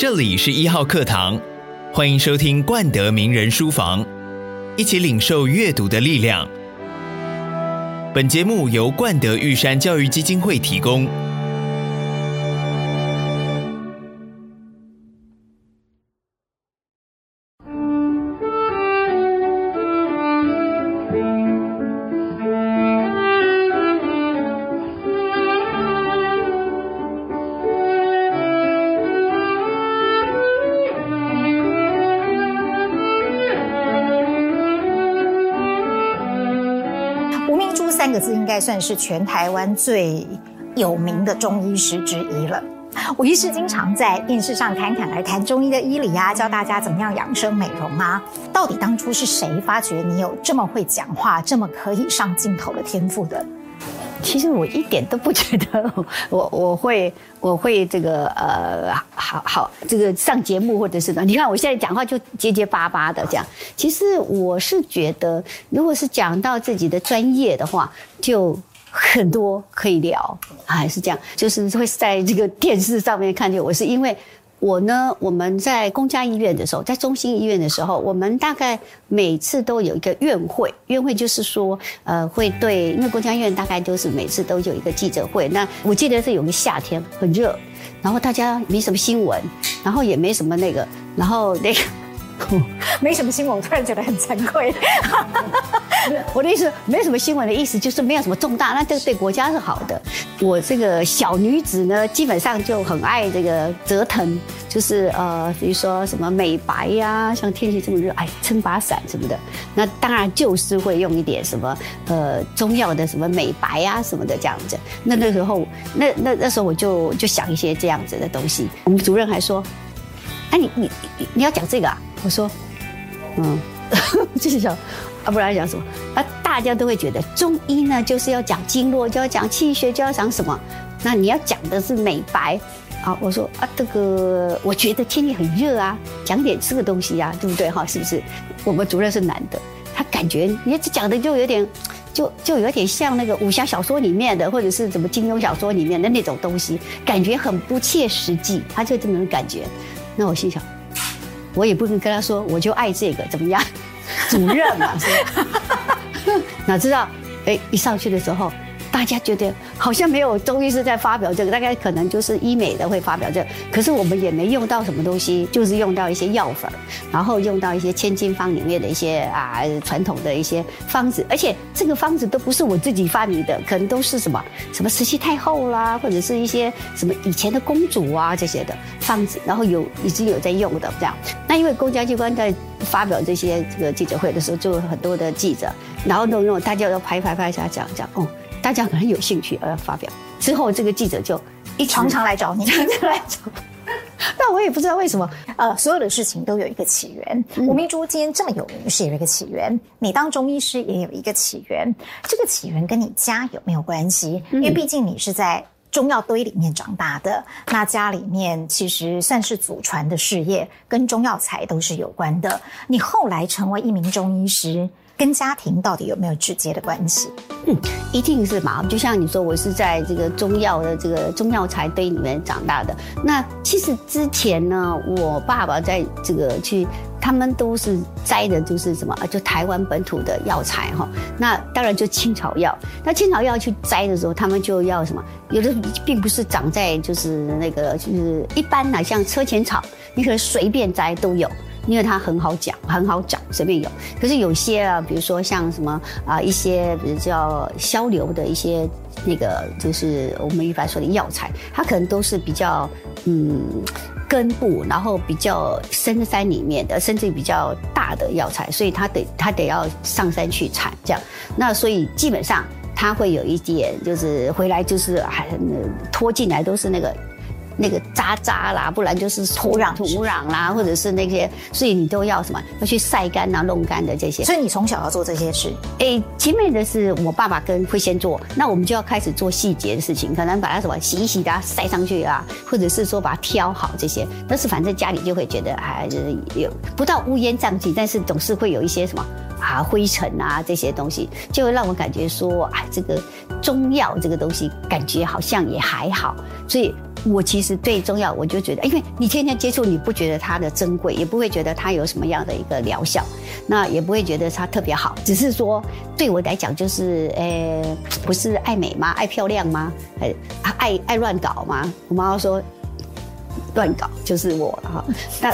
这里是1号课堂，欢迎收听冠德名人书房，一起领受阅读的力量。本节目由冠德玉山教育基金会提供。 3个字应该算是全台湾最有名的中医师之一了。吴医师经常在电视上侃侃而谈中医的医理啊，教大家怎么样养生美容啊。到底当初是谁发觉你有这么会讲话、这么可以上镜头的天赋的？ 其实我一点都不觉得我会这个好这个上节目或者是你看我现在讲话就结结巴巴的这样。其实我是觉得，如果是讲到自己的专业的话，就很多可以聊，还是这样，就是会在这个电视上面看见我，是因为我们在公家医院的时候，在中心医院的时候，我们大概每次都有一个院会，院会就是说，会对，因为公家医院大概都是每次都有一个记者会。那我记得是有个夏天很热，然后大家没什么新闻，然后也没什么那个，然后那个没什么新闻，我突然觉得很惭愧。 我的意思，没什么新闻的意思就是没有什么重大，那这个对国家是好的。我这个小女子呢，基本上就很爱这个折腾，就是比如说什么美白呀，像天气这么热，撑把伞什么的。那当然就是会用一点什么中药的什么美白啊什么的这样子。那时候那时候我就想一些这样子的东西。我们主任还说，你要讲这个啊？我说，就是想。不然讲什么？大家都会觉得中医呢，就是要讲经络，就要讲气血，就要讲什么？那你要讲的是美白啊！我说这个我觉得天气很热啊，讲点这个东西啊，对不对哈？是不是？我们主任是男的，他感觉你这讲的就有点，就有点像那个武侠小说里面的，或者是什么金庸小说里面的那种东西，感觉很不切实际，他就这么感觉。那我心想，我也不能跟他说，我就爱这个，怎么样？主任嘛，哪知道一上去的时候，大家觉得好像没有中医师在发表这个，大概可能就是医美的会发表这个，可是我们也没用到什么东西，就是用到一些药粉，然后用到一些千金方里面的一些传统的一些方子，而且这个方子都不是我自己发明的，可能都是什么慈禧太后啦，或者是一些什么以前的公主啊这些的方子，然后一直有在用的这样。那因为公家机关在发表这些这个记者会的时候，就有很多的记者，然后弄大家要拍讲大家可能有兴趣要发表。之后这个记者就常常来找你， 那我也不知道为什么， 所有的事情都有一个起源。吴明珠今天这么有名是有一个起源，你当中医师也有一个起源，这个起源跟你家有没有关系？因为毕竟你是在中药堆里面长大的，那家里面其实算是祖传的事业，跟中药材都是有关的。你后来成为一名中医师，跟家庭到底有没有直接的关系？ 一定是嘛。就像你说，我是在这个中药的这个中药材堆里面长大的。那其实之前呢，我爸爸在这个他们都是摘的，就是什么，就台湾本土的药材哈。那当然就青草药。那青草药去摘的时候，他们就要什么？有的并不是长在就是那个就是一般的像车前草，你可能随便摘都有。因为它很好长，随便有。可是有些比如说像什么一些比较消流的一些那个，就是我们一般说的药材，它可能都是比较根部，然后比较深山里面的，甚至比较大的药材，所以它得要上山去采这样。那所以基本上它会有一点，就是回来就是拖进来都是那个渣啦，不然就是土壤啦，或者是那些，所以你都要什么要去晒干啊、弄干的这些。 所以你从小要做这些事？ 前面的是我爸爸会先做，那我们就要开始做细节的事情，可能把它什么洗一洗的晒上去啊，或者是说把它挑好这些。但是反正家里就会觉得就是有不到乌烟瘴气，但是总是会有一些什么灰尘啊这些东西，就会让我感觉说这个中药这个东西感觉好像也还好，所以我其实对中药，我就觉得，因为你天天接触，你不觉得它的珍贵，也不会觉得它有什么样的一个疗效，那也不会觉得它特别好，只是说对我来讲就是，不是爱美吗？爱漂亮吗？爱乱搞吗？我妈妈说。乱搞就是我了哈，那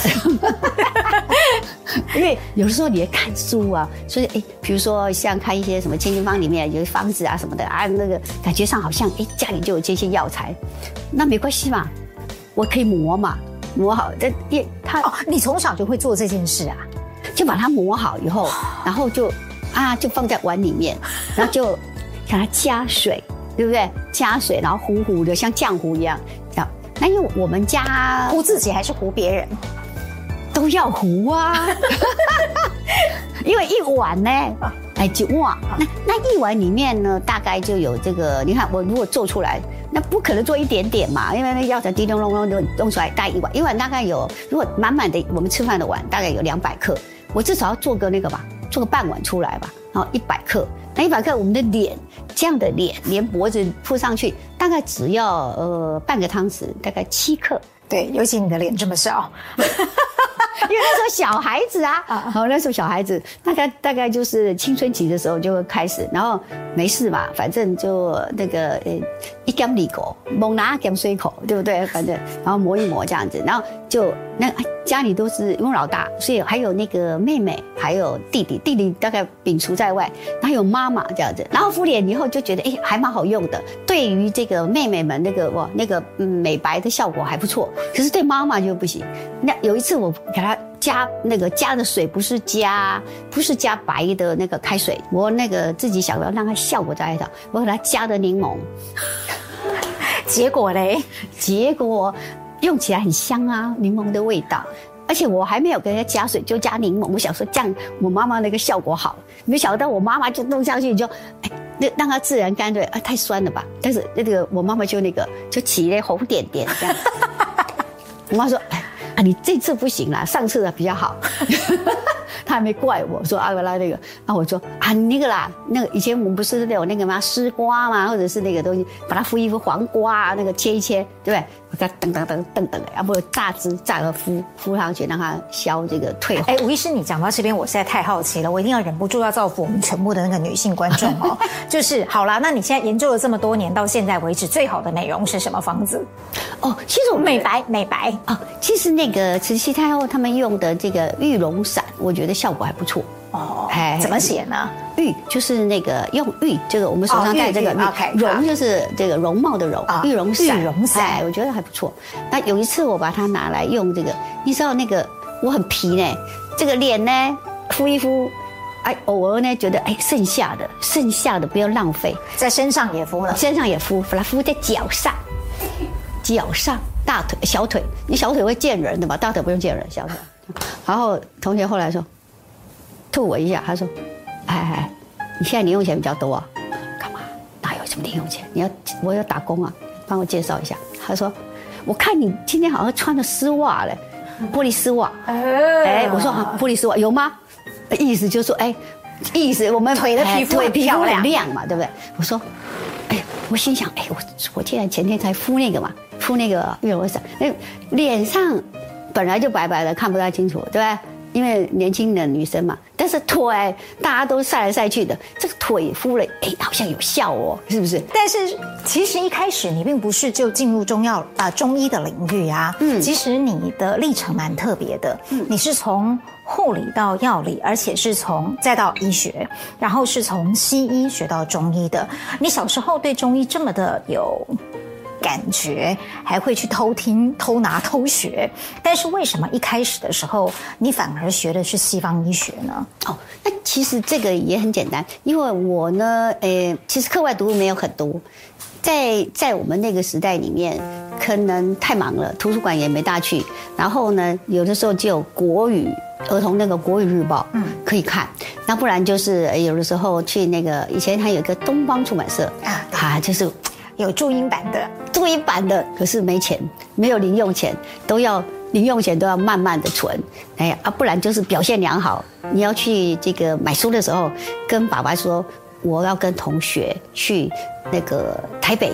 因为有的时候你也看书啊，所以比如说像看一些什么千金方里面有方子啊什么的啊，那个感觉上好像家里就有这些药材，那没关系嘛，我可以磨嘛，磨好你从小就会做这件事啊， 就把它磨好以后，然后就放在碗里面，然后就给它加水，对不对？加水，然后糊糊的像浆糊一样。那因为我们家糊自己还是糊别人， 都要糊啊，因为一碗呢，就哇，那一碗里面呢，大概就有这个，你看我如果做出来，那不可能做一点点嘛，因为那药材滴咚咚咚就弄出来大一碗，一碗大概有，如果满满的我们吃饭的碗大概有200克，我至少要做个那个吧，做个半碗出来吧，然后100克，那100克我们的脸。这样的脸连脖子铺上去，大概只要半个汤匙，大概7克。 对，尤其你的脸这么小， 因为那时候小孩子啊，那时候小孩子大概就是青春期的时候就会开始，然后没事嘛，反正就那个一点利口，猛拿点水口，对不对？反正然后磨一磨这样子，然后就那家里都是因为老大，所以还有那个妹妹，还有弟弟大概摒除在外，还有妈妈这样子。然后敷脸以后就觉得还蛮好用的，对于这个妹妹们那个美白的效果还不错，可是对妈妈就不行。那有一次我给她加的水不是加白的那个开水，我那个自己想要让它效果在里头，我给它加的柠檬， 结果嘞， 用起来很香啊，柠檬的味道。而且我还没有给它加水，就加柠檬。我想说这样我妈妈那个效果好，没想到我妈妈就弄下去就，让它自然干脆，太酸了吧？但是那个我妈妈就起了红点点这样。我妈说，你这次不行啦，上次的比较好。他还没怪我说阿格拉那个，我说那个啦，那个以前我们不是有那个吗？丝瓜嘛，或者是那个东西，把它敷一敷，黄瓜那个切一切，对不对？我给它等，要不榨汁榨了敷上去，让它消这个退红。 吴医师，你讲到这边，我实在太好奇了，我一定要忍不住要造福我们全部的那个女性观众哦。就是好啦，那你现在研究了这么多年，到现在为止最好的美容是什么方子？ 其实我美白其实那个慈禧太后他们用的这个玉龙散，我觉得效果还不错。 怎么写呢？ 玉就是那个用玉，这个我们手上戴这个玉，容就是这个容貌的容，玉龙散，我觉得还不错。那有一次我把它拿来用这个，你知道那个我很皮呢，这个脸呢敷一敷，偶尔呢觉得剩下的不要浪费， 在身上也敷了， 把它敷在脚上，大腿、小腿，你小腿会见人的嘛，大腿不用见人，小腿。然后同学后来说，吐我一下，他说，你现在零用钱比较多啊，干嘛？哪有什么零用钱？我要打工啊，帮我介绍一下。他说，我看你今天好像穿的丝袜嘞，玻璃丝袜。我说玻璃丝袜有吗？意思就是说，意思我们腿的皮肤很漂亮嘛，对不对？我说，我心想，我前天才敷那个嘛，敷那个玉龙散，脸上本来就白白的，看不太清楚，对吧？因为年轻的女生嘛，但是腿大家都晒来晒去的，这个腿敷了，好像有效哦，是不是？ 但是其实一开始你并不是就进入中医的领域啊，其实你的历程蛮特别的，你是从护理到药理，而且是再到医学，然后是从西医学到中医的。你小时候对中医这么的有感觉，还会去偷听、偷拿、偷学，但是为什么一开始的时候你反而学的是西方医学呢？ 那其实这个也很简单，因为我呢，其实课外读物没有很多，在我们那个时代里面，可能太忙了，图书馆也没大去，然后呢，有的时候就有国语儿童那个国语日报，可以看，那不然就是有的时候去那个以前还有一个东方出版社就是有注音版的， 可是没钱，没有零用钱，零用钱都要慢慢的存，不然就是表现良好。你要去这个买书的时候，跟爸爸说我要跟同学去那个台北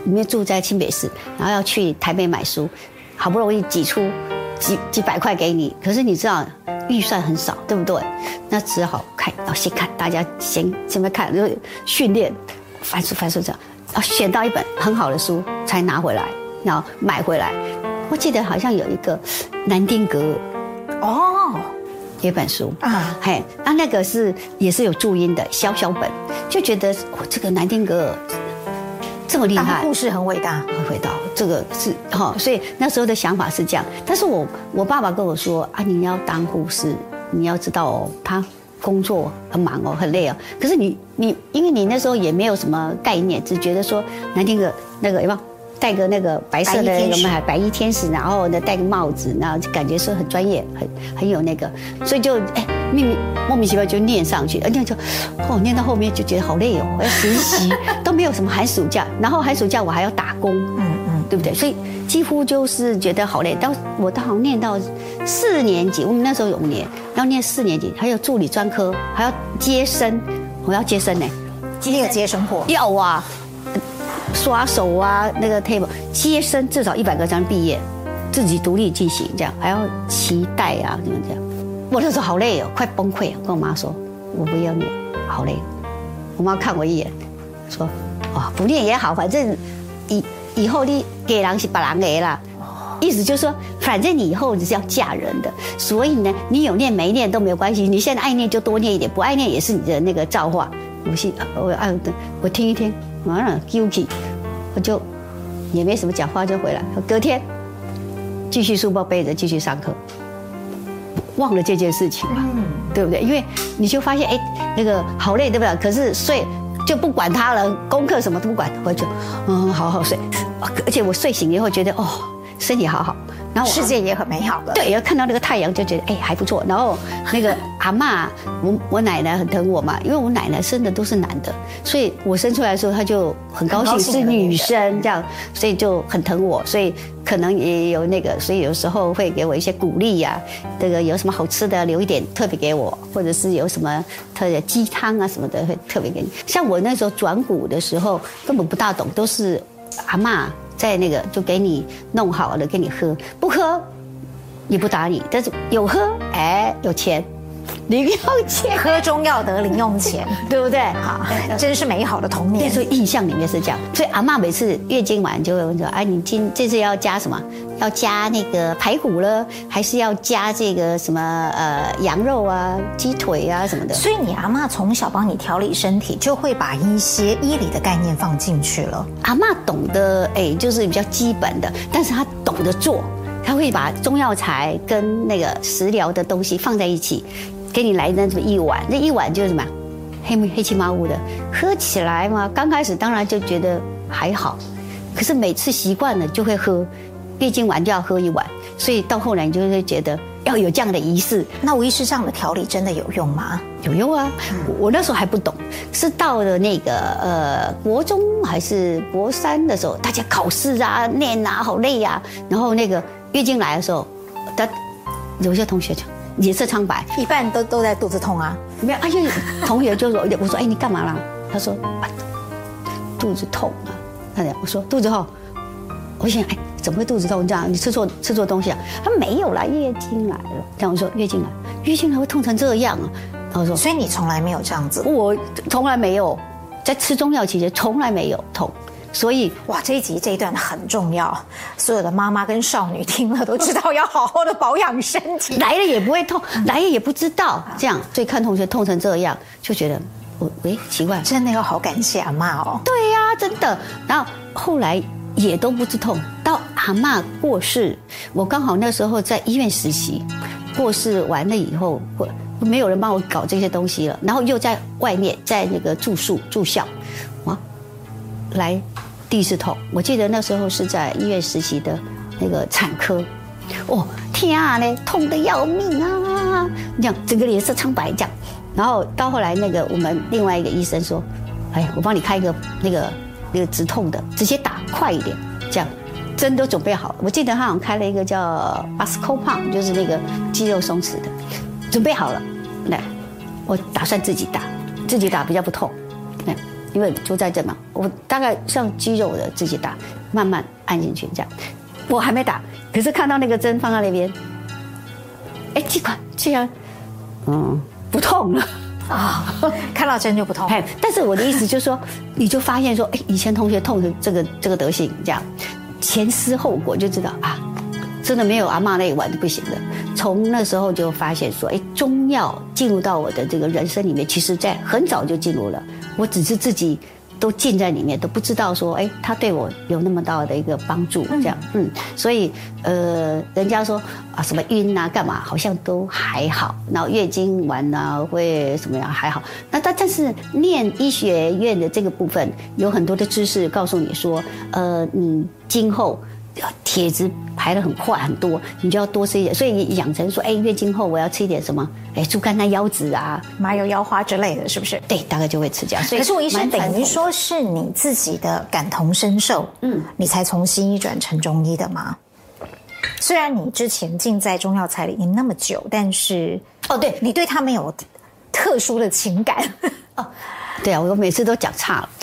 面住在清北市，然后要去台北买书，好不容易挤出几百块给你，可是你知道预算很少，对不对？那只好看，先看，大家先来看，就训练翻书这样，然后选到一本很好的书才拿回来，然后买回来。我记得好像有一个南丁格尔有一本书啊，嘿，那个也是有注音的小本，就觉得这个南丁格尔这么厉害， 故事很伟大， 很伟大。这个是所以那时候的想法是这样。但是我爸爸跟我说啊，你要当护士，你要知道哦，他工作很忙哦，很累哦。可是你因为你那时候也没有什么概念，只觉得说南丁格尔那个有没有戴个那个白色的白衣天使，然后呢戴个帽子，然后就感觉是很专业，很有那个，所以就莫名其妙就念上去，念到后面就觉得好累哦，我要实习都没有什么寒暑假，然后寒暑假我还要打工，对不对？所以几乎就是觉得好累。我好像念到4年级，我们那时候有5年，要念4年级，还有助理专科，还要接生，我要接生呢， 你有接生活？ 要啊。刷手啊，那个 table 接生至少100个才能毕业，自己独立进行这样，还要脐带啊，这样。我那时候好累哦，快崩溃了，跟我妈说，我不要念，好累。我妈看我一眼，说，不念也好，反正以后你给人是别人的啦。意思就是说，反正你以后是要嫁人的，所以呢，你有念没念都没有关系，你现在爱念就多念一点，不爱念也是你的那个造化。我听一听，完了丢弃，我就也没什么讲话就回来。隔天继续书包背着继续上课，忘了这件事情嘛，对不对？因为你就发现那个好累，对不对？可是睡就不管它了，功课什么都不管，我就好好睡。而且我睡醒以后觉得身体好好。然后世界也很美好了。 对，要看到那个太阳就觉得还不错。然后那个阿嬷，我奶奶很疼我嘛，因为我奶奶生的都是男的，所以我生出来的时候她就很高兴是女生这样，所以就很疼我，所以可能也有那个，所以有时候会给我一些鼓励呀，这个有什么好吃的留一点特别给我，或者是有什么特别鸡汤啊什么的会特别给你。像我那时候转骨的时候根本不大懂，都是阿嬷在那个就给你弄好了给你喝，不喝也不打你，但是有喝有钱，零用钱， 喝中药得零用钱， 对不对？ 好，真是美好的童年。 那时候印象里面是这样，所以阿嬷每次月经完就会问说：“你这次要加什么？要加那个排骨了，还是要加这个什么羊肉啊、鸡腿啊什么的？” 所以你阿嬷从小帮你调理身体，就会把一些医理的概念放进去了。 阿嬷懂得就是比较基本的，但是她懂得做，她会把中药材跟那个食疗的东西放在一起。给你来那么一碗，那一碗就是什么黑漆麻乌的，喝起来嘛，刚开始当然就觉得还好，可是每次习惯了就会喝，月经完就要喝一碗，所以到后来你就会觉得要有这样的仪式。 那吴医师这样的调理真的有用吗？ 有用啊，我那时候还不懂，是到了那个国中还是国3的时候，大家考试啊、念啊，好累啊，然后那个月经来的时候，有些同学讲。脸色苍白， 一半都在肚子痛啊。 没有，而且同学就说：“我说，你干嘛啦？”他说：“肚子痛啊。”我说：“肚子痛。”我想，怎么会肚子痛？这样你吃错东西啊？他没有啦，月经来了。这样我说：“月经来会痛成这样啊？”然后说：“ 所以你从来没有这样子？” 我从来没有，在吃中药期间从来没有痛。所以哇，这一段很重要，所有的妈妈跟少女听了都知道要好好的保养身体。 来了也不会痛，来了也不知道这样，所以看同学痛成这样，就觉得奇怪， 真的要好感谢阿嬷哦。 对呀，真的。然后后来也都不知痛，到阿嬷过世，我刚好那时候在医院实习，过世完了以后，没有人帮我搞这些东西了，然后又在外面在那个住校，来第一次痛，我记得那时候是在医院实习的那个产科，天啊嘞，痛得要命啊！这样整个脸色苍白这样，然后到后来那个我们另外一个医生说，我帮你开一个那个止痛的，直接打快一点，这样针都准备好了。我记得他好像开了一个叫 Buscopan， 就是那个肌肉松弛的，准备好了，来，我打算自己打比较不痛， 因为就在这嘛，我大概像肌肉的自己打，慢慢按进去这样。我还没打，可是看到那个针放在那边，哎，竟然不痛了。 看到针就不痛。 但是我的意思就是说，你就发现说，以前同学痛的这个德性，这样前思后果就知道啊，真的没有阿嬷那一碗是不行的。从那时候就发现说，中药进入到我的这个人生里面，其实在很早就进入了，我只是自己都浸在里面，都不知道说，它对我有那么大的一个帮助，这样，所以人家说啊什么晕啊干嘛，好像都还好，然后月经完啊会什么样还好，但是念医学院的这个部分有很多的知识告诉你说，你今后铁质排得很快很多，你就要多吃一点，所以你养成说，月经后我要吃一点什么，猪肝丹腰子啊、 麻油腰花之类的，是不是？ 对，大概就会吃这样。 可是吴医生等于说是你自己的感同身受，你才从西医转成中医的吗？虽然你之前浸在中药材里面那么久，但是对你对他们有特殊的情感。 对啊，我每次都讲差了。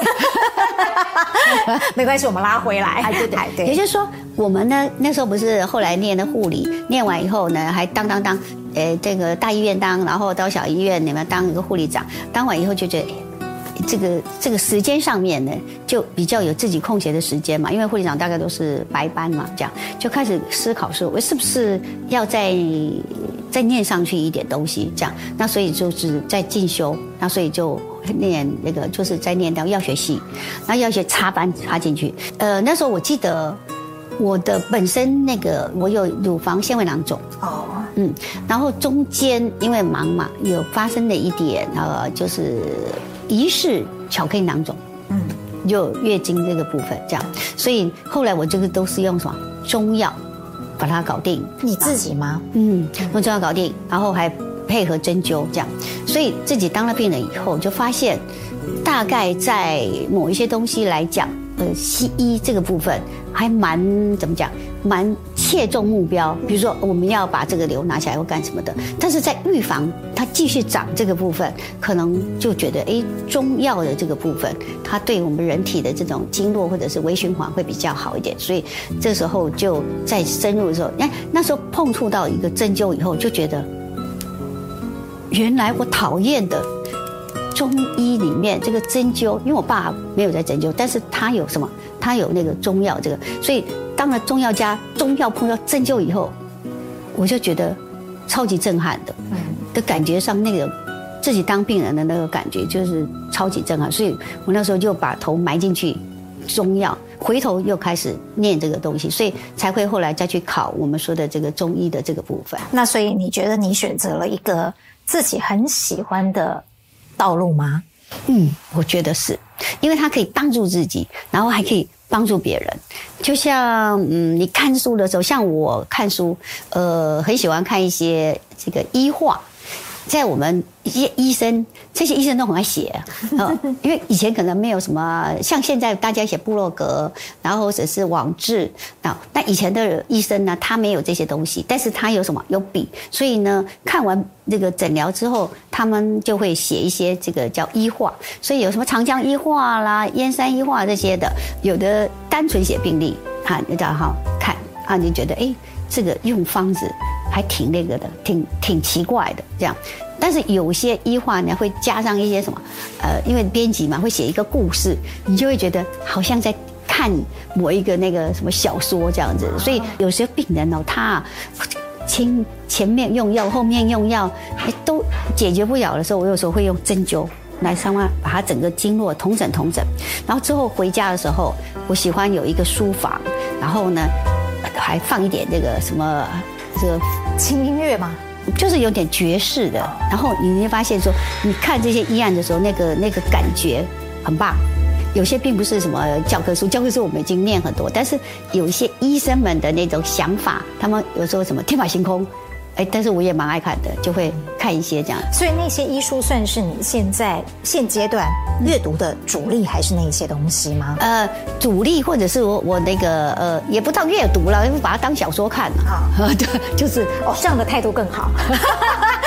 没关系，我们拉回来。 对，也就是说，我们呢那时候不是后来念的护理，念完以后呢，还当，这个大医院当，然后到小医院你们当一个护理长，当完以后就觉得，这个时间上面呢，就比较有自己空闲的时间嘛，因为护理长大概都是白班嘛，这样就开始思考说，我是不是要再念上去一点东西，这样，那所以就是在进修，那所以就念那个就是在念到药学系，那药学插班插进去，那时候我记得我的本身那个我有乳房纤维囊肿然后中间因为忙嘛，有发生了一点就是疑似巧克力囊肿，就月经这个部分这样，所以后来我这个都是用什么中药把它搞定。 你自己吗？ 用中药搞定，然后还配合针灸这样，所以自己当了病人以后就发现，大概在某一些东西来讲，西医这个部分还蛮怎么讲，蛮切中目标。比如说我们要把这个瘤拿起来或干什么的，但是在预防它继续长这个部分，可能就觉得中药的这个部分，它对我们人体的这种经络或者是微循环会比较好一点。所以这时候就在深入的时候，那时候碰触到一个针灸以后，就觉得原来我讨厌的中医里面这个针灸，因为我爸没有在针灸，但是他有什么？他有那个中药这个，所以当了中药家，中药碰到针灸以后，我就觉得超级震撼的感觉上，那个自己当病人的那个感觉就是超级震撼，所以我那时候就把头埋进去中药，回头又开始念这个东西，所以才会后来再去考我们说的这个中医的这个部分。 那所以你觉得你选择了一个自己很喜欢的道路吗？ 我觉得是，因为它可以帮助自己，然后还可以帮助别人。就像你看书的时候，像我看书，很喜欢看一些这个医话。在我们一些医生，这些医生都很爱写因为以前可能没有什么，像现在大家写部落格，然后或者是网志，那以前的医生呢，他没有这些东西，但是他有什么？有笔，所以呢，看完这个诊疗之后，他们就会写一些这个叫医话，所以有什么长江医话啦、燕山医话这些的，有的单纯写病历，你找看你觉得这个用方子还挺那个的，挺奇怪的这样。但是有些医话呢会加上一些什么，因为编辑嘛会写一个故事，你就会觉得好像在看某一个那个什么小说这样子。所以有些病人他前面用药，后面用药，都解决不了的时候，我有时候会用针灸来上面把它整个经络统整，然后之后回家的时候，我喜欢有一个书房，然后呢还放一点这个什么这个轻音乐嘛， 就是有点爵士的，然后你会发现说，你看这些医案的时候，那个感觉很棒。有些并不是什么教科书我们已经念很多，但是有一些医生们的那种想法，他们有时候什么天马行空，但是我也蛮爱看的，就会看一些这样。 所以那些医书算是你现阶段阅读的主力，还是那些东西吗？ 主力或者是我那个也不当阅读了，把它当小说看了。对，就是这样的态度更好。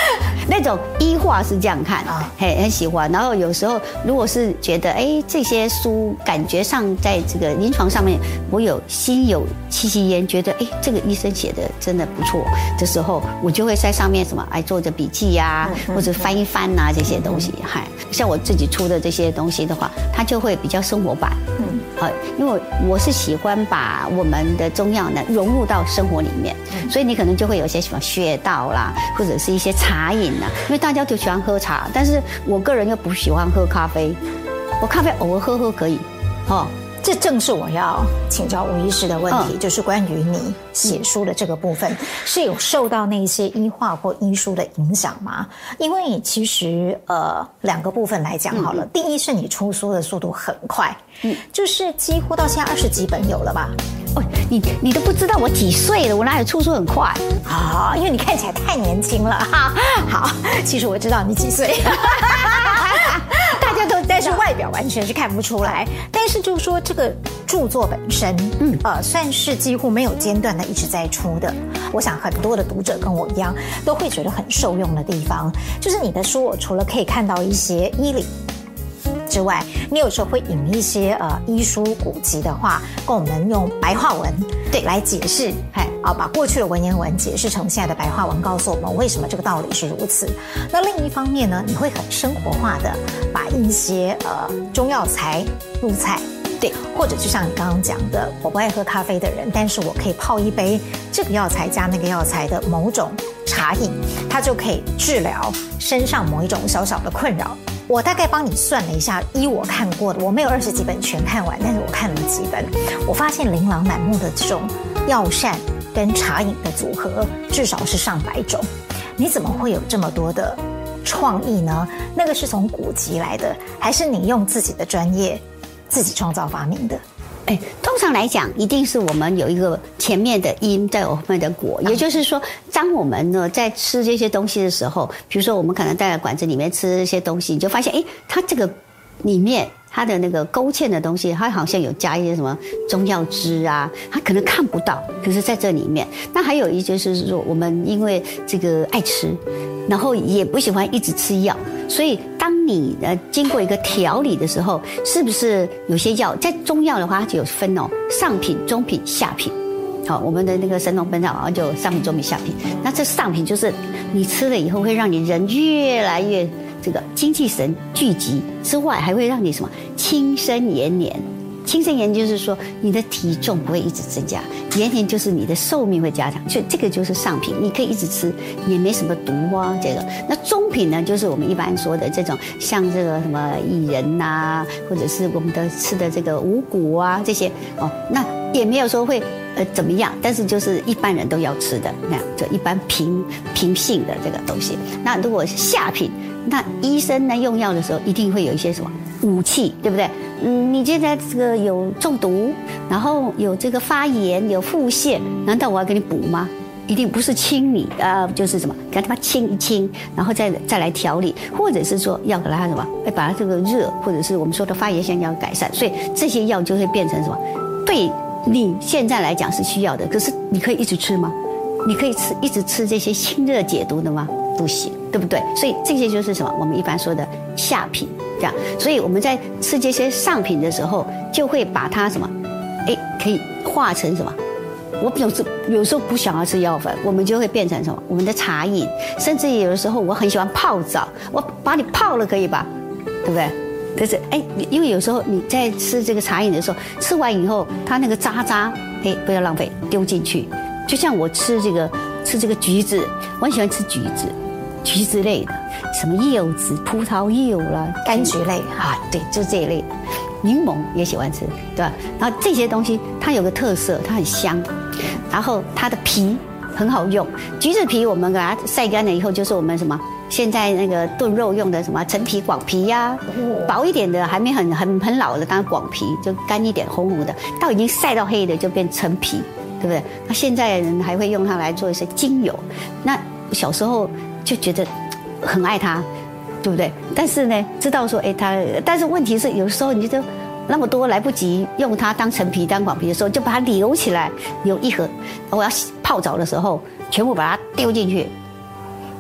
那种医化是这样看啊，很喜欢。然后有时候如果是觉得这些书感觉上在这个临床上面我有心有戚戚焉，觉得这个医生写的真的不错的时候，我就会在上面做着笔记呀，或者翻一翻啊这些东西。像我自己出的这些东西的话，它就会比较生活版。因为我是喜欢把我们的中药呢融入到生活里面，所以你可能就会有一些什么穴道啦，或者是一些茶饮啦。因为大家都喜欢喝茶，但是我个人又不喜欢喝咖啡，我咖啡偶尔喝可以， 这正是我要请教吴医师的问题，就是关于你写书的这个部分，是有受到那些医化或医书的影响吗？因为其实两个部分来讲好了，第一是你出书的速度很快，就是几乎到现在20几本有了吧？ 你都不知道我几岁了，我哪有出书很快啊？因为你看起来太年轻了哈。好，其实我知道你几岁。大家都，但是外表完全是看不出来。但是就是说，这个著作本身，算是几乎没有间断的一直在出的。我想很多的读者跟我一样，都会觉得很受用的地方，就是你的书，我除了可以看到一些医理之外，你有时候会引一些医书古籍的话，跟我们用白话文来解释，把过去的文言文解释成现在的白话文，告诉我们为什么这个道理是如此。那另一方面呢，你会很生活化的把一些中药材入菜。或者就像你刚刚讲的，我不爱喝咖啡的人，但是我可以泡一杯这个药材加那个药材的某种茶饮，它就可以治疗身上某一种小小的困扰。我大概帮你算了一下，依我看过的，我没有20几本全看完，但是我看了几本，我发现琳琅满目的这种药膳跟茶饮的组合，至少是上百种。你怎么会有这么多的创意呢？那个是从古籍来的，还是你用自己的专业自己创造发明的？ 通常来讲，一定是我们有一个前面的因，在后面的果。也就是说，当我们呢在吃这些东西的时候，比如说我们可能在馆子里面吃这些东西，你就发现，它这个里面它的那个勾芡的东西，它好像有加一些什么中药汁啊，它可能看不到，可是在这里面。那还有一就是说，我们因为这个爱吃，然后也不喜欢一直吃药，所以当你经过一个调理的时候，是不是有些药在中药的话，它就有分上品、中品、下品。好，我们的那个《神农本草》就有上品、中品、下品。那这上品就是你吃了以后会让你人越来越这个精气神聚集之外，还会让你什么轻身延年。轻身延年就是说你的体重不会一直增加，延年就是你的寿命会加长，所以这个就是上品，你可以一直吃，也没什么毒啊。这个那中品呢，就是我们一般说的这种，像这个什么薏仁呐，或者是我们的吃的这个五谷啊这些那也没有说会怎么样，但是就是一般人都要吃的那样，就一般平性的这个东西。那如果是下品，那医生呢用药的时候一定会有一些什么武器，对不对？你现在这个有中毒，然后有这个发炎，有腹泻，难道我要给你补吗？一定不是清理就是什么给它清一清，然后再来调理，或者是说要给它什么把它这个热，或者是我们说的发炎现象改善，所以这些药就会变成什么？对你现在来讲是需要的，可是你可以一直吃吗？你可以一直吃这些清热解毒的吗？不行，对不对？所以这些就是什么？我们一般说的下品，这样。所以我们在吃这些上品的时候，就会把它什么，可以化成什么？我有时候不想要吃药粉，我们就会变成什么？我们的茶饮，甚至有的时候我很喜欢泡澡，我把你泡了可以吧？对不对？可是因为有时候你在吃这个茶饮的时候，吃完以后它那个渣不要浪费，丢进去。就像我吃这个橘子，我很喜欢吃橘子类的，什么柚子、葡萄柚啦、 柑橘类对，就这一类的。柠檬也喜欢吃，对吧？然后这些东西它有个特色，它很香，然后它的皮很好用。橘子皮我们给它晒干了以后，就是我们什么现在那个炖肉用的什么陈皮、广皮呀，薄一点的还没很老的，当然广皮就干一点红红的，到已经晒到黑的就变陈皮，对不对？那现在人还会用它来做一些精油。那小时候就觉得很爱它，对不对？但是呢，知道说但是问题是有时候你就那么多来不及用它当陈皮当广皮的时候，就把它留起来，留一盒。我要泡澡的时候，全部把它丢进去，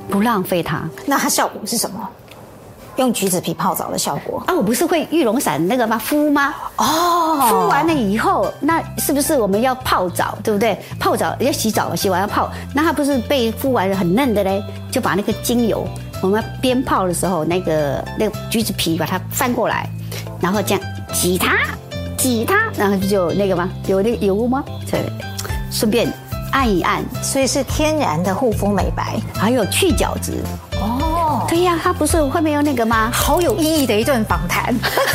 不浪费它。 那它效果是什么？用橘子皮泡澡的效果啊，我不是会玉龙伞那个吗？敷吗？ 哦， 敷完了以后，那是不是我们要泡澡，对不对？泡澡要洗澡，洗完要泡，那它不是被敷完了很嫩的嘞？就把那个精油，我们边泡的时候，那个橘子皮把它翻过来，然后这样挤它，然后就那个吗？有那个油吗？对，顺便按一按， 所以是天然的护肤美白， 还有去角质。哦，对呀，它不是后面有那个吗？ 好有意义的一段访谈。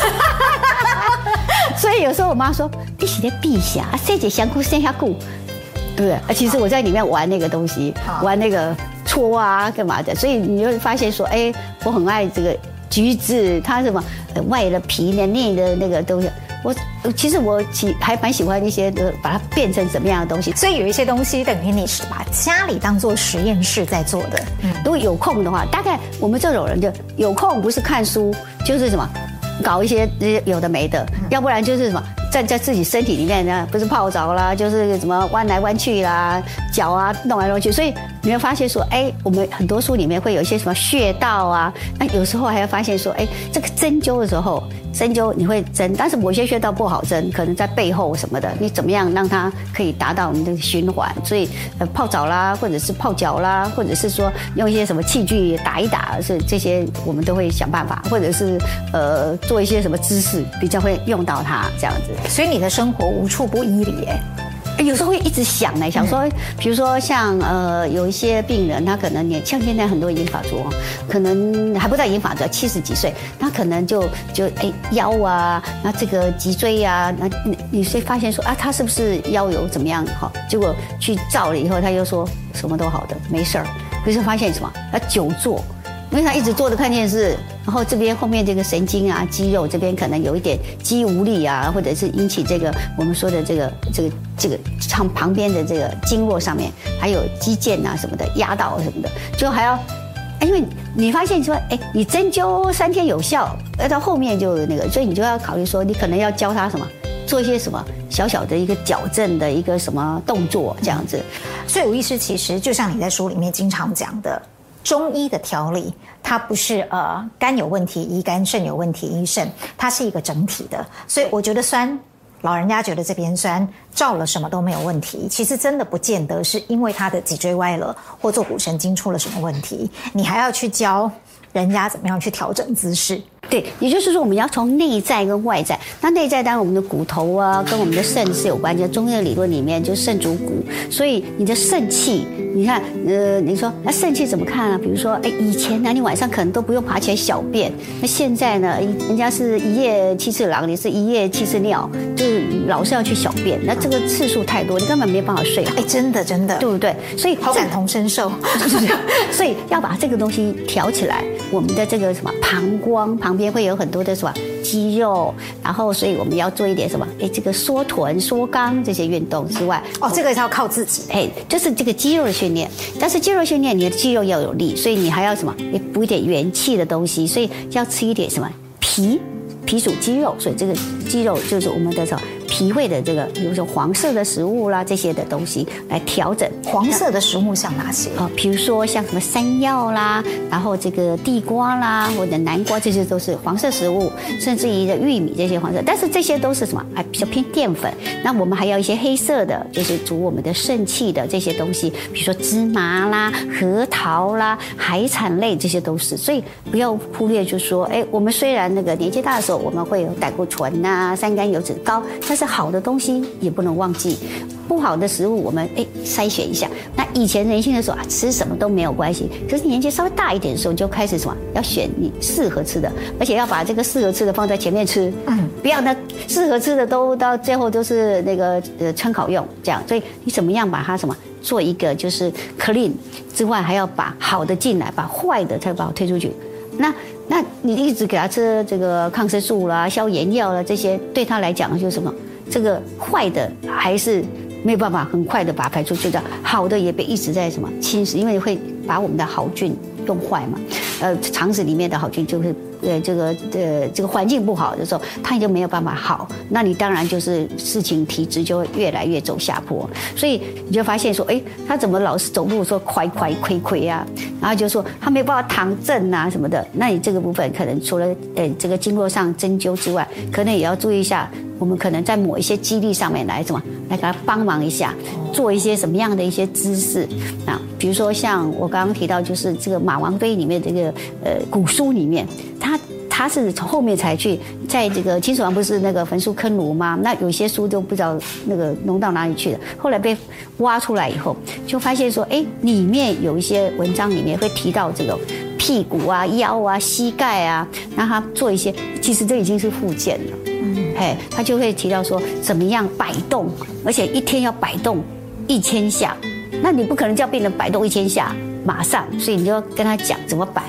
所以有时候我妈说：“你是在避瑕，这姐香菇剩下菇，对不对？”其实我在里面玩那个东西，玩那个搓啊，干嘛的？所以你就会发现说，哎，我很爱这个橘子，它什么外的皮的内的那个东西。其实我还蛮喜欢一些把它变成什么样的东西。 所以有一些东西等于你是把家里当做实验室在做的。 如果有空的话，大概我们这种人就有空，不是看书就是什么。搞一些有的没的，要不然就是什么在自己身体里面呢，不是泡澡啦，就是什么弯来弯去啦，脚啊弄来弄去，所以你会发现说，哎，我们很多书里面会有一些什么穴道啊，那有时候还要发现说，哎，这个针灸的时候，针灸你会针，但是某些穴道不好针，可能在背后什么的，你怎么样让它可以达到你的循环？所以泡澡啦，或者是泡脚啦，或者是说用一些什么器具打一打，是这些我们都会想办法，或者是做一些什么姿势比较会用到它这样子。 所以你的生活无处不依礼有时候会一直想想说，比如说像有一些病人，他可能像现在很多银发族，可能还不到银发族，70几岁，他可能就腰啊，那这个脊椎啊，那你会发现说啊，他是不是腰有怎么样哈？结果去照了以后，他又说什么都好的，没事儿。可是发现什么？他久坐。因为他一直坐着看电视，然后这边后面这个神经啊、肌肉这边可能有一点肌无力啊，或者是引起这个我们说的这个旁边的这个经络上面还有肌腱啊什么的压到什么的，就还要，因为你发现说，哎，你针灸3天有效，到后面就那个，所以你就要考虑说，你可能要教他什么，做一些什么小小的一个矫正的一个什么动作这样子。 所以吴医师其实就像你在书里面经常讲的。中医的调理，它不是肝有问题医肝，肾有问题医肾，它是一个整体的。所以我觉得酸，老人家觉得这边酸，照了什么都没有问题，其实真的不见得是因为他的脊椎歪了或坐骨神经出了什么问题，你还要去教人家怎么样去调整姿势。 对，也就是说我们要从内在跟外在。那内在当然我们的骨头啊，跟我们的肾是有关系的。中医的理论里面就是肾主骨，所以你的肾气，你看，你说那肾气怎么看啊？比如说，哎，以前呢你晚上可能都不用爬起来小便，那现在呢，人家是一夜7次郎，你是一夜7次尿，就是老是要去小便，那这个次数太多，你根本没办法睡好。 哎，真的， 对不对？所以好感同身受， 所以要把这个东西调起来，我们的这个什么膀胱旁边会有很多的什么肌肉，然后所以我们要做一点什么，哎，这个缩臀、缩肛这些运动之外， 这个是要靠自己， 哎，就是这个肌肉的训练。但是肌肉训练，你的肌肉要有力，所以你还要什么？也补一点元气的东西，所以要吃一点什么脾属肌肉，所以这个肌肉就是我们的什么脾胃的这个，比如说黄色的食物啦，这些的东西来调整。 黄色的食物像哪些？ 比如说像什么山药啦，然后这个地瓜啦，或者南瓜，这些都是黄色食物，甚至于的玉米这些黄色，但是这些都是什么？比较偏淀粉。那我们还要一些黑色的，就是主我们的肾气的这些东西，比如说芝麻啦、核桃啦、海产类，这些都是。所以不要忽略，就是说，哎，我们虽然那个年纪大的时候，我们会有胆固醇啊、三甘油脂高，但是好的东西也不能忘记，不好的食物我们筛选一下。那以前年轻的时候吃什么都没有关系，可是年纪稍微大一点的时候就开始什么，要选你适合吃的，而且要把这个适合吃的放在前面吃，不要那适合吃的都到最后都是那个参考用这样。所以你怎么样把它什么做一个就是 clean 之外，还要把好的进来，把坏的才把它推出去。那你一直给他吃这个抗生素啦、消炎药啦，这些对他来讲就是什么？这个坏的还是没有办法很快的把它排出去的，好的也被一直在什么侵蚀，因为会把我们的好菌用坏嘛，肠子里面的好菌就会这个环境不好的时候，它就没有办法好，那你当然就是事情体质就会越来越走下坡，所以你就发现说，他怎么老是走路说快亏啊，然后就说他没办法躺正啊什么的，那你这个部分可能除了这个经络上针灸之外，可能也要注意一下，我们可能在某一些肌力上面来给他帮忙一下，做一些什么样的一些姿势啊，比如说像我刚刚提到，就是这个马王堆里面这个古书里面，他是从后面才去，在这个秦始皇不是那个焚书坑儒吗？那有些书都不知道那个弄到哪里去了，后来被挖出来以后，就发现说，里面有一些文章里面会提到这种屁股啊、腰啊、膝盖啊，让他做一些，其实这已经是复健了。他就会提到说怎么样摆动，而且一天要摆动1000下，那你不可能叫病人摆动1000下马上，所以你就要跟他讲怎么摆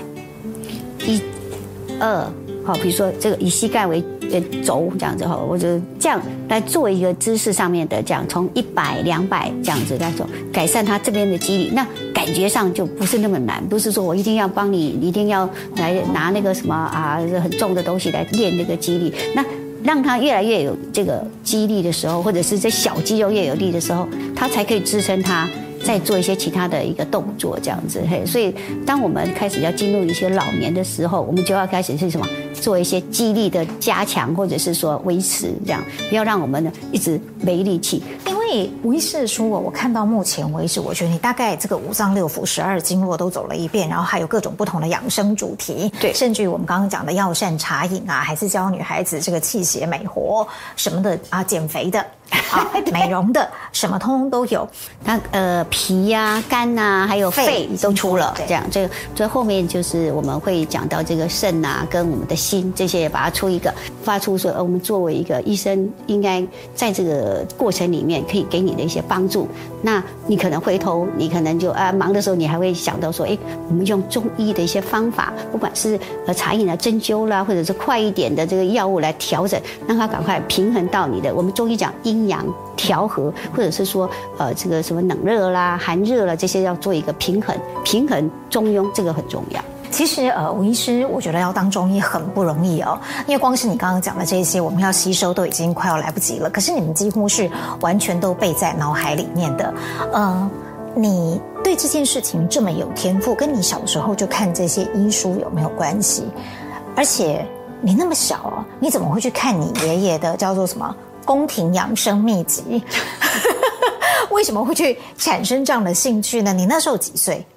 ，1、2，好，比如说这个以膝盖为轴这样子哈，或者这样来做一个姿势上面的这样，从100、200这样子来做，改善他这边的肌力，那感觉上就不是那么难，不是说我一定要帮你，一定要来拿那个什么啊很重的东西来练那个肌力，那让他越来越有这个肌力的时候，或者是这小肌肉越有力的时候，他才可以支撑他再做一些其他的一个动作这样子。所以当我们开始要进入一些老年的时候，我们就要开始是什么，做一些肌力的加强，或者是说维持，这样不要让我们呢一直没力气。 因为吴医师的书我看到目前为止，我觉得你大概这个五脏六腑、12经络都走了一遍，然后还有各种不同的养生主题， 对， 甚至于我们刚刚讲的药膳茶饮啊，还是教女孩子这个气血美活什么的啊，减肥的啊，美容的，什么通通都有。 那脾啊、肝啊，还有肺都出了，这样这后面就是我们会讲到这个肾啊，跟我们的心这些，也把它出一个发出说，我们作为一个医生，应该在这个过程里面可以给你的一些帮助。那你可能回头，你可能就忙的时候，你还会想到说，我们用中医的一些方法，不管是茶饮啊、针灸啦，或者是快一点的这个药物来调整，让它赶快平衡到你的。我们中医讲阴阳调和，或者是说这个什么冷热啦、寒热啦，这些要做一个平衡中庸，这个很重要。 其实吴医师，我觉得要当中医很不容易哦，因为光是你刚刚讲的这些，我们要吸收都已经快要来不及了。可是你们几乎是完全都背在脑海里面的。你对这件事情这么有天赋，跟你小时候就看这些医书有没有关系？而且你那么小哦，你怎么会去看你爷爷的叫做什么宫廷养生秘籍？为什么会去产生这样的兴趣呢？你那时候几岁？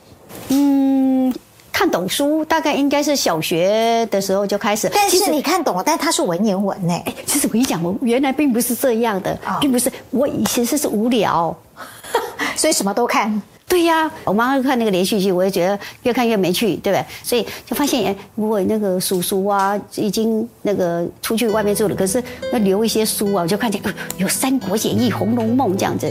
看懂书大概应该是小学的时候就开始， 但是你看懂了，但它是文言文呢。 其实我跟你讲，我原来并不是这样的，并不是，我以前是无聊， 所以什么都看。 对呀，我妈妈看那个连续剧，我也觉得越看越没趣，对不对？所以就发现，我那个叔叔啊，已经那个出去外面住了，可是要留一些书啊，我就看见有《三国演义》《红楼梦》这样子，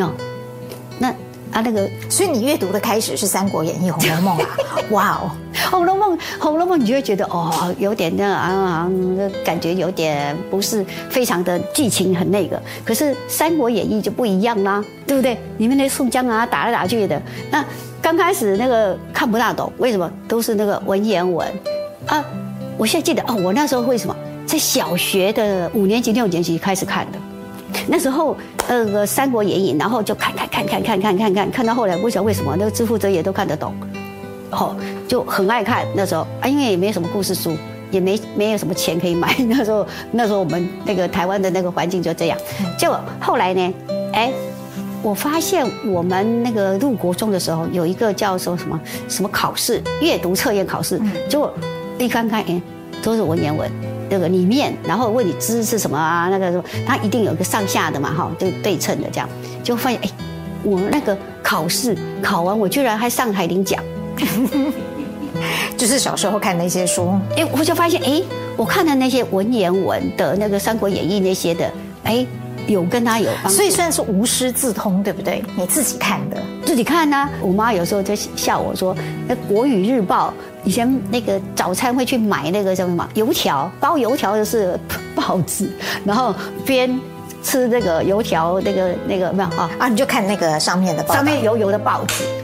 那个， 所以你阅读的开始是《三国演义》《红楼梦》啊？哇哦， 《红楼梦》你就会觉得有点感觉有点不是非常的剧情很那个。可是《三国演义》就不一样啦，对不对？里面那宋江啊打来打去的，那刚开始那个看不大懂，为什么都是那个文言文啊？我现在记得我那时候为什么在小学的5年级6年级开始看的。那时候《三国演义》，然后就看到后来，不晓得为什么那个知乎者也都看得懂，就很爱看。那时候因为也没什么故事书，也没有什么钱可以买。那时候我们那个台湾的那个环境就这样。结果后来呢，我发现我们那个入国中的时候有一个叫做什么考试，阅读测验考试，结果一看都是文言文。这个里面，然后问你知是什么啊？那个它一定有个上下的嘛，对称的这样，就发现我那个考试考完，我居然还上台领奖， 就是小时候看那些书， 我就发现我看的那些文言文的那个《三国演义》那些的，有跟他有帮助， 所以算是无师自通，对不对？你自己看的， 自己看啊。我妈有时候就笑我说，那《国语日报》以前那个早餐会去买那个叫什么油条，包油条的是报纸，然后边吃那个油条那个没有你就看那个上面的报， 上面油的报纸。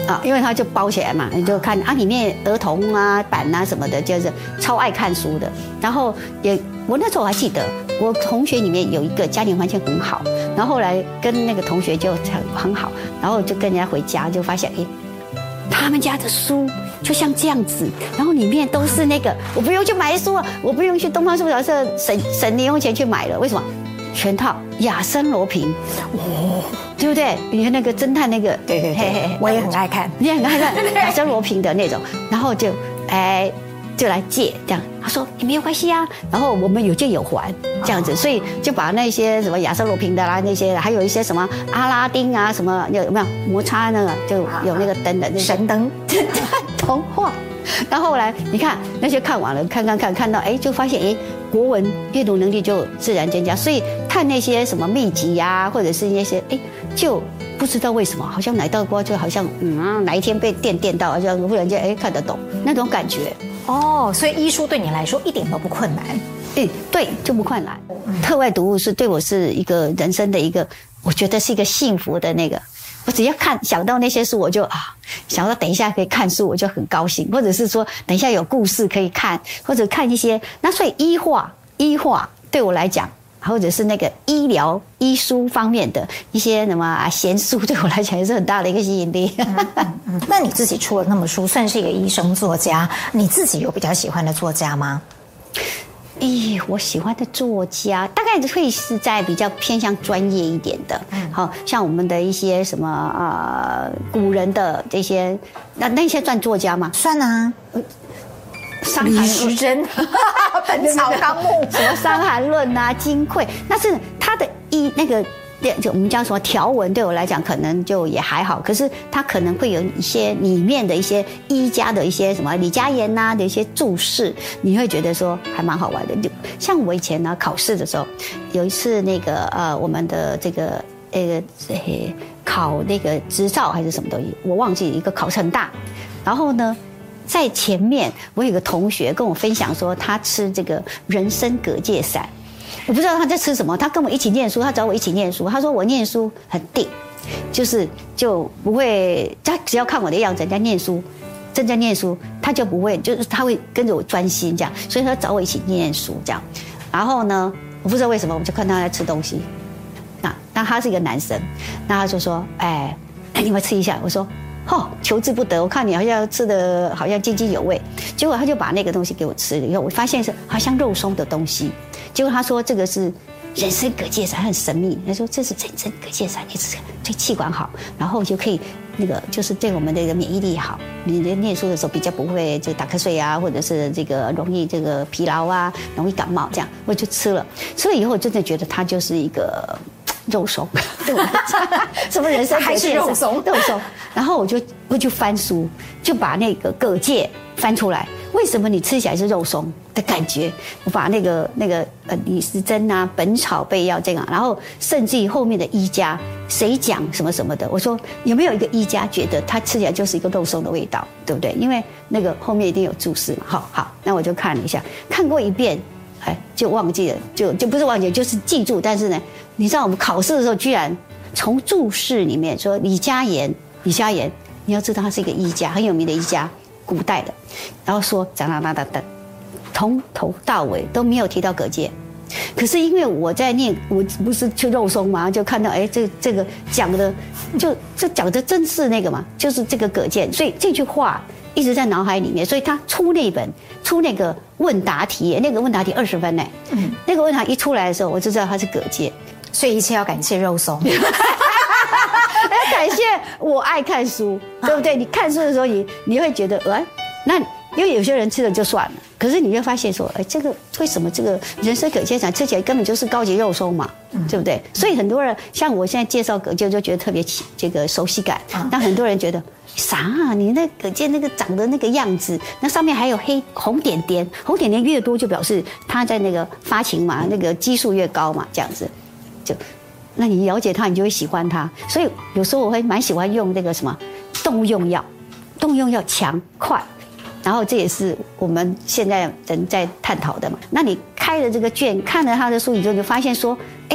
啊，因为它就包起来嘛，你就看啊，里面儿童啊、版啊什么的，就是超爱看书的。然后我那时候还记得，我同学里面有一个家庭环境很好，然后后来跟那个同学就很好，然后就跟人家回家就发现，他们家的书就像这样子，然后里面都是那个，我不用去买书啊，我不用去东方书报社省零用钱去买了，为什么？全套亚森罗平，对不对？你看那个侦探那个， 对，我也很爱看， 你也很爱看亚森罗平的那种，然后就来借这样，他说也没有关系啊，然后我们有借有还这样子，所以就把那些什么亚瑟罗平的啦，那些还有一些什么阿拉丁啊，什么有没有摩擦那个就有那个灯的神灯童话。然后后来你看那些看完了，看到就发现国文阅读能力就自然增加，所以看那些什么秘籍呀，或者是那些就不知道为什么，好像来到过就好像哪一天被电到，好像忽然间看得懂那种感觉。 哦，所以医书对你来说一点都不困难。 对，就不困难。课外读物对我是一个人生的一个，我觉得是一个幸福的那个。我只要想到那些书，我就想到等一下可以看书，我就很高兴，或者是说等一下有故事可以看，或者看一些那所以医化对我来讲，或者是那个医疗医书方面的一些什么闲书，对我来讲也是很大的一个吸引力。 那你自己出了那么书，算是一个医生作家，你自己有比较喜欢的作家吗？ 我喜欢的作家大概会是在比较偏向专业一点的，好像我们的一些什么古人的这些，那些算作家吗？ 算啊，李时珍、本草纲目， 什么《伤寒论》啊、《金匮》，那是他的那个。就我们叫什么条文，对我来讲可能就也还好，可是它可能会有一些里面的一些医家的一些什么李嘉言呐的一些注释，你会觉得说还蛮好玩的。就像我以前呢考试的时候，有一次那个我们的这个考那个执照还是什么东西，我忘记一个考试很大，然后呢在前面我有个同学跟我分享说他吃这个人参蛤蚧散。我不知道他在吃什么，他跟我一起念书，他找我一起念书。他说我念书很定，就不会，他只要看我的样子，人家念书，正在念书，他就不会，就是他会跟着我专心这样，所以他找我一起念书这样。然后呢，我不知道为什么，我就看他在吃东西。那他是一个男生，那他就说，你们吃一下。我说，求之不得，我看你好像吃的好像津津有味。结果他就把那个东西给我吃了以后，我发现是好像肉松的东西。结果他说这个是人参蛤蚧散，很神秘。他说这是人参蛤蚧散，你吃对气管好，然后就可以那个就是对我们的免疫力好。你念书的时候比较不会就打瞌睡啊，或者是这个容易这个疲劳啊，容易感冒这样。我就吃了以后，真的觉得它就是一个肉松，对我来讲，什么人参还是肉松， 然后我就翻书，就把那个蛤蚧翻出来。为什么你吃起来是肉松的感觉？我把那个李时珍啊、《本草备要》这样，然后甚至于后面的医家谁讲什么什么的，我说有没有一个医家觉得它吃起来就是一个肉松的味道，对不对？因为那个后面一定有注释嘛。好，那我就看了一下，看过一遍，就忘记了，就不是忘记，就是记住。但是呢，你知道我们考试的时候，居然从注释里面说李嘉言，你要知道他是一个医家，很有名的医家。古代的，然后说讲从头到尾都没有提到蛤蚧，可是因为我在念，我不是吃肉松嘛，就看到这个讲的，这讲的真是那个嘛，就是这个蛤蚧，所以这句话一直在脑海里面，所以他出那个问答题，那个问答题20分呢，那个问答一出来的时候，我就知道他是蛤蚧， 所以一切要感谢肉松。 要感谢我爱看书，对不对？你看书的时候，你会觉得，那因为有些人吃了就算了，可是你会发现说，这个为什么这个人参蛤蚧散吃起来根本就是高级肉松嘛，对不对？所以很多人像我现在介绍蛤蚧，就觉得特别这个熟悉感。但很多人觉得啥啊？你那蛤蚧那个长的那个样子，那上面还有红点点，红点点越多就表示它在那个发情嘛，那个激素越高嘛，这样子就。那你了解它，你就会喜欢它。所以有时候我会蛮喜欢用那个什么动物用药强快，然后这也是我们现在人在探讨的嘛。那你开了这个卷，看了他的书，你就发现说，他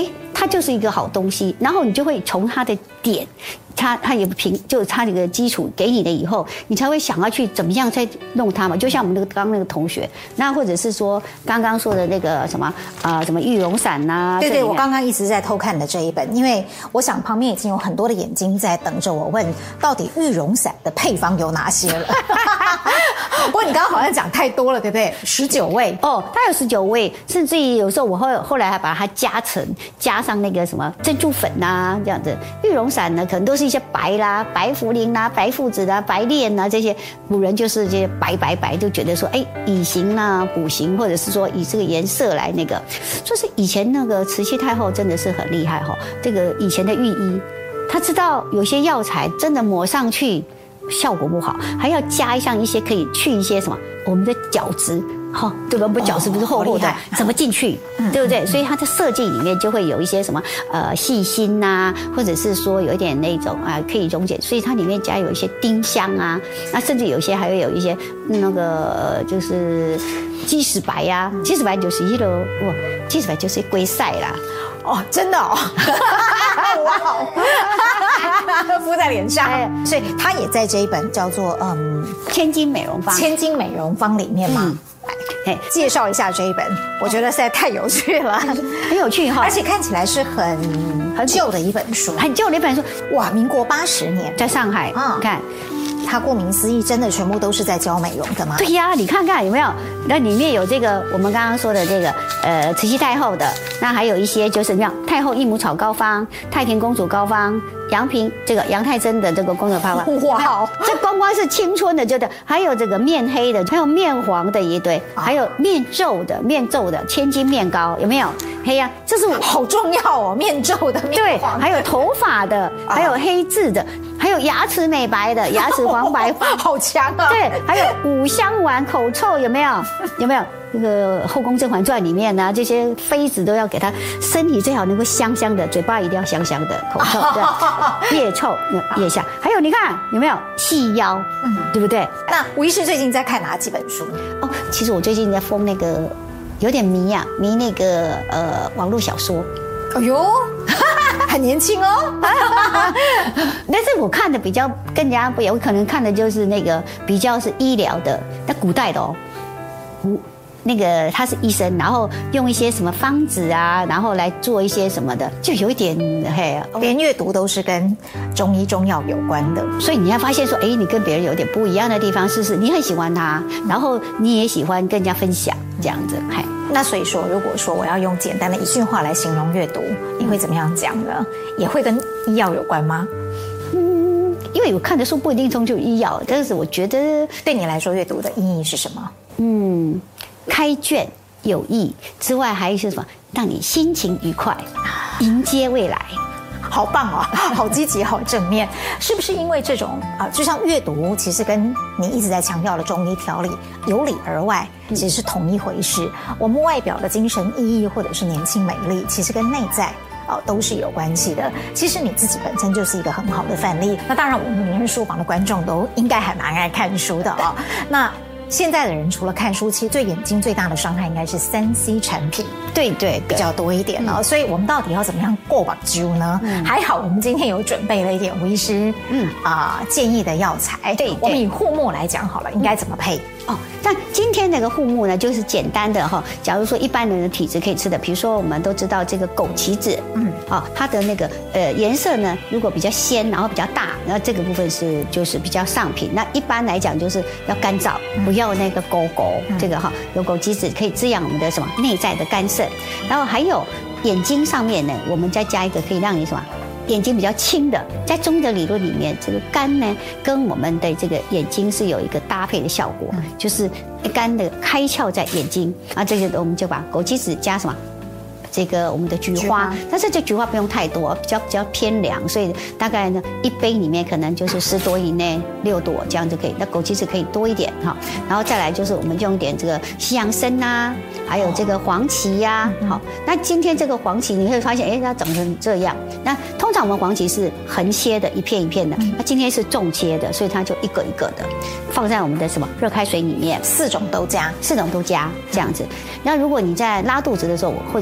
它就是一个好东西，然后你就会从它的点。它也就是它这个基础给你的以后，你才会想要去怎么样再弄它嘛。就像我们刚刚那个同学，那或者是说刚刚说的那个什么玉龙伞呐。 对，我刚刚一直在偷看的这一本，因为我想旁边已经有很多的眼睛在等着我问，到底玉龙伞的配方有哪些了。不过你刚刚好像讲太多了，对不对？19味哦，它有19味，甚至于有时候我后来还把它加上那个什么珍珠粉呐，这样子。玉龙伞呢，可能都是一些白啦、白茯苓啦、白附子啦、白炼啦这些，古人就是这些白，就觉得说，以形啦、补形，或者是说以这个颜色来那个，就是以前那个慈禧太后真的是很厉害哈。这个以前的御医，他知道有些药材真的抹上去效果不好，还要加上一些可以去一些什么我们的角质。对吧？我们角质不是厚厚的，怎么进去？对不对？所以它的设计里面就会有一些什么细心呐，或者是说有一点那种可以溶解，所以它里面加有一些丁香啊，那甚至有些还会有一些那个就是鸡屎白呀，鸡屎白就是一个鸡屎白就是龟晒啦。 哦，真的哦，哇，敷在脸上，所以它也在这一本叫做千金美容方里面嘛。介绍一下这一本，我觉得实在太有趣了， 很有趣哈， 而且看起来是很旧的一本书， 很旧的一本书。 哇，民国80年， 在上海看。 它顾名思义，真的全部都是在教美容的吗？ 对呀，你看看有没有？那里面有这个我们刚刚说的这个慈禧太后的，那还有一些就是什么样太后益母草膏方、太平公主膏方、杨太真的这个公主膏方。 哇， 这光是青春的，还有这个面黑的，还有面黄的一堆，还有面皱的千金面膏，有没有？黑呀，这是好重要哦，面皱的、面黄的， 对，还有头发的，还有黑痣的，还有牙齿美白的，牙齿黄白好强啊！ 对，还有五香丸口臭，有没有？有没有？那个《后宫甄嬛传》里面呢，这些妃子都要给她身体最好能够香香的，嘴巴一定要香香的，口臭对，越臭越香。还有你看有没有细腰？对不对？ 那吴医师最近在看哪几本书？ 哦，其实我最近在封那个有点迷那个网络小说。 哎呦，很年轻哦。 但是我看的比较更加不一样，我可能看的就是那个比较是医疗的，那古代的哦。那个他是医生，然后用一些什么方子啊，然后来做一些什么的，就有一点连阅读都是跟中医中药有关的， 所以你要发现说，你跟别人有点不一样的地方，是不是？你很喜欢他，然后你也喜欢跟人家分享这样子， 那所以说，如果说我要用简单的一句话来形容阅读，你会怎么样讲呢？也会跟医药有关吗？ 因为我看的书不一定终究有医药，但是我觉得对你来说，阅读的意义是什么？ 开卷有益之外，还有是什么？让你心情愉快，迎接未来。 好棒哦，好积极，好正面。是不是因为这种就像阅读，其实跟你一直在强调的中医调理由里而外，其实是同一回事。我们外表的精神奕奕或者是年轻美丽，其实跟内在都是有关系的。其实你自己本身就是一个很好的范例。那当然，我们名人书房的观众都应该还蛮爱看书的哦。那现在的人除了看书，其实对眼睛最大的伤害应该是3C 产品， 对， 比较多一点哦。所以我们到底要怎么样过把揪呢？还好我们今天有准备了一点吴医师建议的药材。对，我们以护目来讲好了，应该怎么配？ 但今天那个护目呢，就是简单的哈。假如说一般人的体质可以吃的，比如说我们都知道这个枸杞子，它的那个颜色呢，如果比较鲜，然后比较大，然后这个部分就是比较上品。那一般来讲就是要干燥，不要那个勾勾。这个有枸杞子可以滋养我们的什么内在的肝肾，然后还有眼睛上面呢，我们再加一个可以让你什么。眼睛比较轻的，在中医的理论里面，这个肝呢跟我们的这个眼睛是有一个搭配的效果，就是肝的开窍在眼睛这个我们就把枸杞子加什么？这个我们的菊花，但是这菊花不用太多，比较偏凉，所以大概呢一杯里面可能就是10朵以内，6朵这样就可以。那枸杞子可以多一点然后再来就是我们用点这个西洋参啊，还有这个黄芪呀。那今天这个黄芪你会发现，它长成这样。那通常我们黄芪是横切的，一片一片的，那今天是纵切的，所以它就一个一个的放在我们的什么热开水里面，4种都加这样子。那如果你在拉肚子的时候，或者是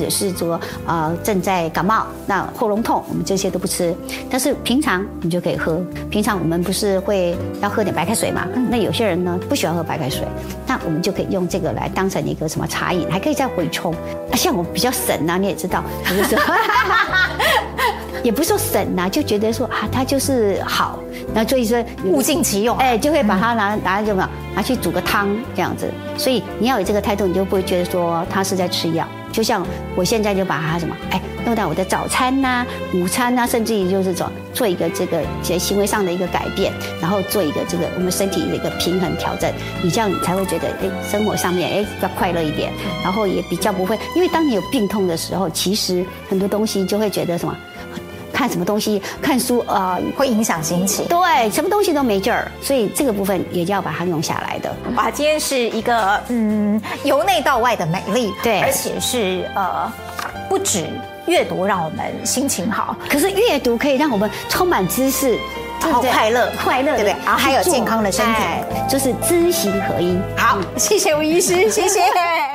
说正在感冒，那喉咙痛，我们这些都不吃。但是平常你就可以喝。平常我们不是会要喝点白开水嘛？那有些人呢不喜欢喝白开水，那我们就可以用这个来当成一个什么茶饮，还可以再回冲。像我比较省啊，你也知道，就是说也不是说省啊，就觉得说它就是好，那所以说物尽其用， 就会把它拿去煮个汤这样子。所以你要有这个态度，你就不会觉得说它是在吃药。就像我现在就把它弄到我的早餐呐、午餐呐，甚至于就是做一个这个行为上的一个改变，然后做一个这个我们身体的一个平衡调整。你这样你才会觉得生活上面比较快乐一点，然后也比较不会，因为当你有病痛的时候，其实很多东西就会觉得什么。看什么东西，看书会影响心情。 对，什么东西都没劲儿，所以这个部分也要把它弄下来的。 哇，今天是一个由内到外的美丽， 对， 而且是不止阅读让我们心情好， 可是阅读可以让我们充满知识， 然后快乐， 对不对？ 然后还有健康的身体， 就是知行合一。 好，谢谢吴医师，谢谢。